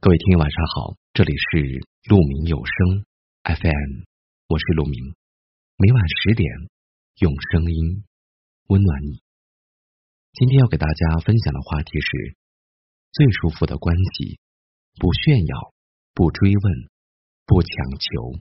各位听友晚上好，这里是鹿鸣有声 FM， 我是鹿鸣，每晚10点用声音温暖你。今天要给大家分享的话题是最舒服的关系，不炫耀，不追问，不强求。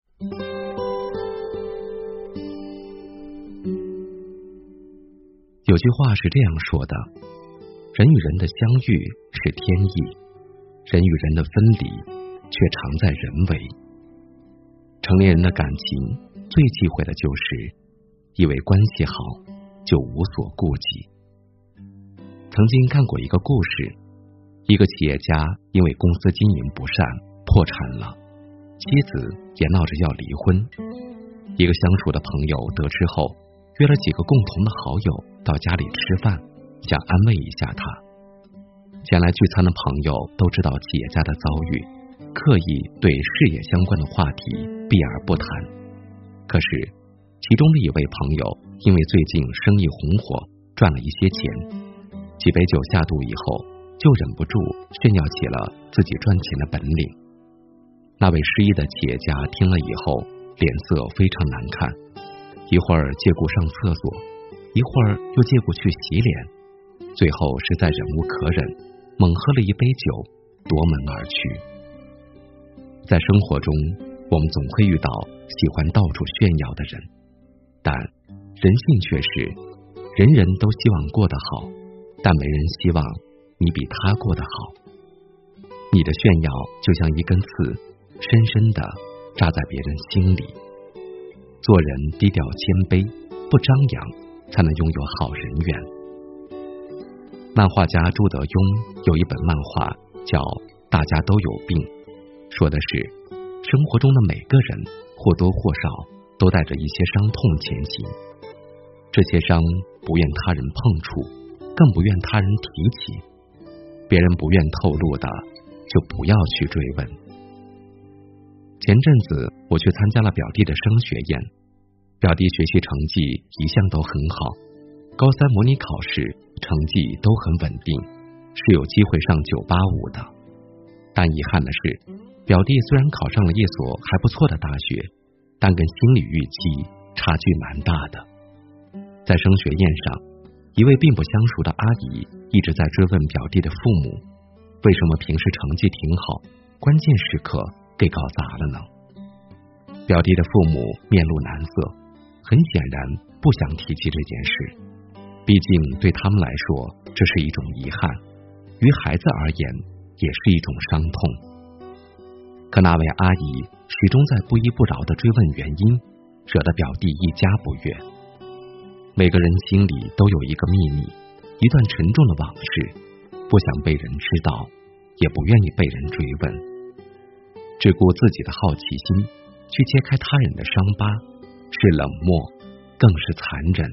有句话是这样说的，人与人的相遇是天意，人与人的分离却常在人为。成年人的感情最忌讳的就是以为关系好就无所顾忌。曾经看过一个故事，一个企业家因为公司经营不善破产了，妻子也闹着要离婚。一个相熟的朋友得知后，约了几个共同的好友到家里吃饭，想安慰一下他。前来聚餐的朋友都知道企业家的遭遇，刻意对事业相关的话题避而不谈。可是其中的一位朋友因为最近生意红火，赚了一些钱，几杯酒下肚以后，就忍不住炫耀起了自己赚钱的本领。那位失意的企业家听了以后，脸色非常难看，一会儿借故上厕所，一会儿又借故去洗脸，最后实在忍无可忍，猛喝了一杯酒，夺门而去。在生活中，我们总会遇到喜欢到处炫耀的人，但人性却是人人都希望过得好，但没人希望你比他过得好。你的炫耀就像一根刺，深深地扎在别人心里。做人低调谦卑，不张扬，才能拥有好人缘。漫画家朱德庸有一本漫画叫《大家都有病》，说的是生活中的每个人或多或少都带着一些伤痛前行，这些伤不愿他人碰触，更不愿他人提起，别人不愿透露的就不要去追问。前阵子我去参加了表弟的升学宴，表弟学习成绩一向都很好，高3模拟考试成绩都很稳定，是有机会上985的。但遗憾的是，表弟虽然考上了一所还不错的大学，但跟心理预期差距蛮大的。在升学宴上，一位并不相熟的阿姨一直在追问表弟的父母，为什么平时成绩挺好，关键时刻给搞砸了呢？表弟的父母面露难色，很显然不想提起这件事，毕竟对他们来说这是一种遗憾，于孩子而言也是一种伤痛。可那位阿姨始终在不依不饶地追问原因，惹得表弟一家不悦。每个人心里都有一个秘密，一段沉重的往事，不想被人知道，也不愿意被人追问，只顾自己的好奇心去揭开他人的伤疤，是冷漠，更是残忍。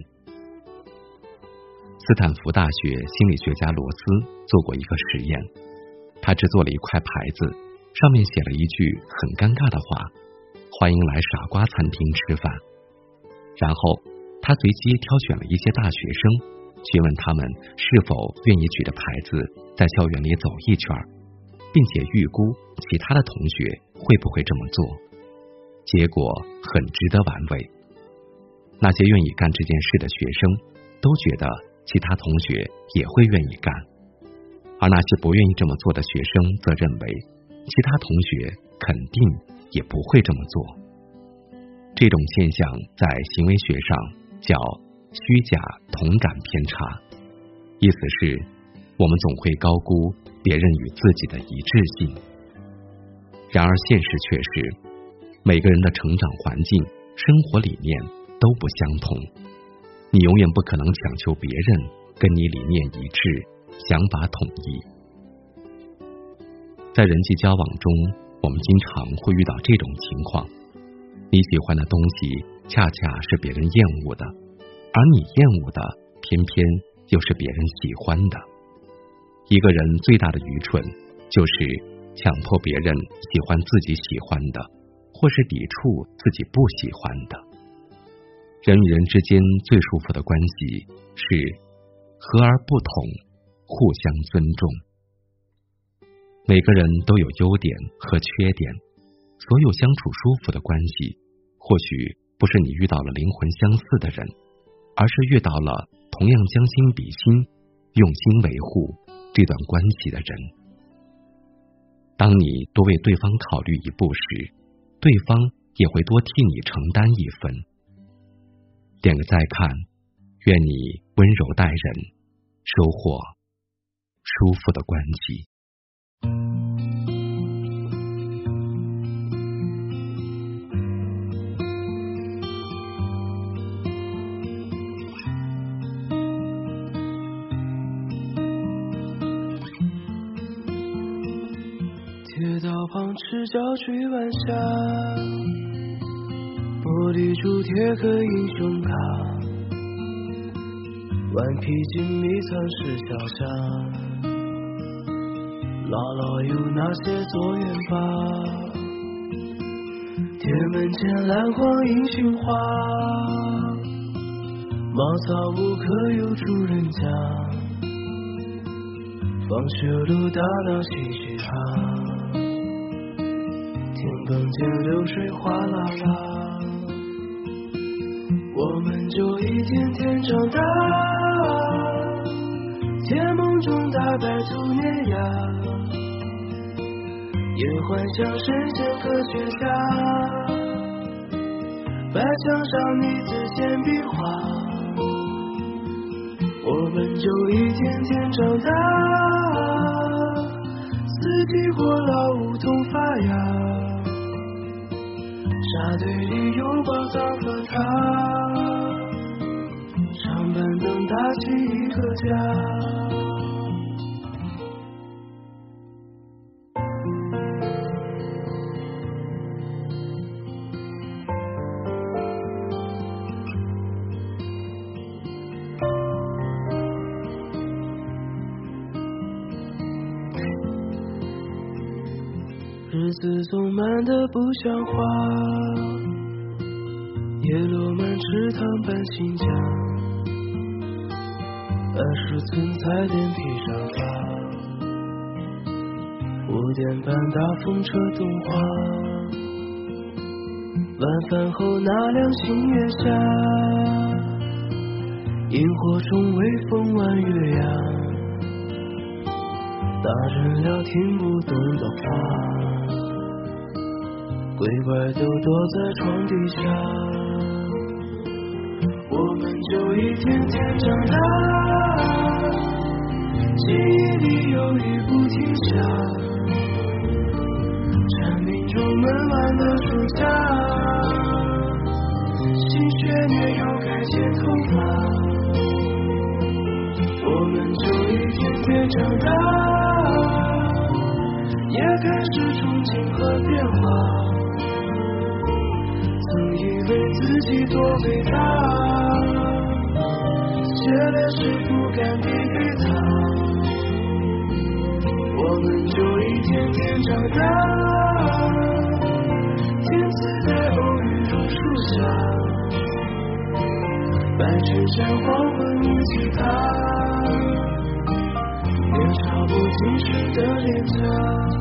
斯坦福大学心理学家罗斯做过一个实验，他制作了一块牌子，上面写了一句很尴尬的话：欢迎来傻瓜餐厅吃饭。然后他随机挑选了一些大学生，询问他们是否愿意举着牌子在校园里走一圈，并且预估其他的同学会不会这么做。结果很值得玩味，那些愿意干这件事的学生都觉得其他同学也会愿意干，而那些不愿意这么做的学生则认为其他同学肯定也不会这么做。这种现象在行为学上叫虚假同感偏差，意思是我们总会高估别人与自己的一致性。然而现实却是每个人的成长环境、生活理念都不相同，你永远不可能强求别人跟你理念一致、想法统一。在人际交往中，我们经常会遇到这种情况，你喜欢的东西恰恰是别人厌恶的，而你厌恶的偏偏又是别人喜欢的。一个人最大的愚蠢，就是强迫别人喜欢自己喜欢的，或是抵触自己不喜欢的。人与人之间最舒服的关系是和而不同，互相尊重。 每个人都有优点和缺点，所有相处舒服的关系，或许不是你遇到了灵魂相似的人，而是遇到了同样将心比心、用心维护这段关系的人。当你多为对方考虑一步时，对方也会多替你承担一份。点个再看，愿你温柔待人，收获舒服的关系。 铁道旁赤脚追晚霞，玻璃珠贴个英雄卡，顽皮筋迷藏石桥下，姥姥有那些作业吧。铁门前蓝黄银杏花，茅草屋可有住人家，放学路打闹嘻嘻哈，田埂间流水哗啦啦，我们就一天天长大，甜梦中大白兔碾压，也幻想神仙科学家，白墙上你字简笔画，我们就一天天长大，四季过老梧桐发芽，沙堆里有宝藏和他，长板凳搭起一个家。日子总慢得不像话，叶落满池塘般新家，20寸彩电披上它，5点半大风车动画，晚饭后那辆新月下，萤火虫微风弯月牙，大人聊听不懂的话，鬼怪都躲在床底下，我们就一天天长大，记忆里有雨不停下，蝉鸣中闷完的暑假，新学年又该剪头发，我们就一天天长大，也开始憧憬和变化，曾以为自己多伟大，写了诗不敢递给他，我们就一天天长大，天赐在偶遇榕树下，白衬衫黄昏木吉他，年少不经事的脸颊。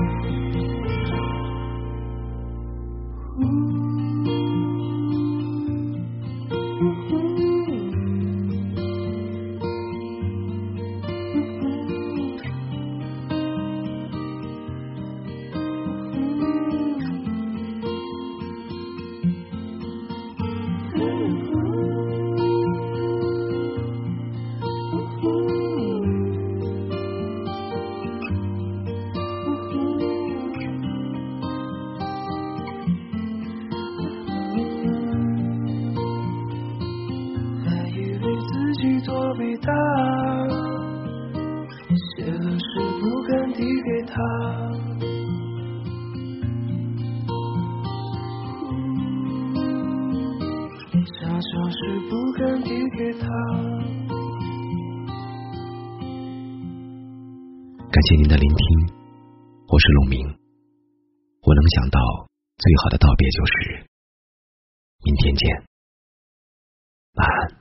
多伟大，写了诗不敢递给他，想笑时不敢递给他。 感谢您的聆听，我是陆明。我能想到最好的道别就是明天见，晚安。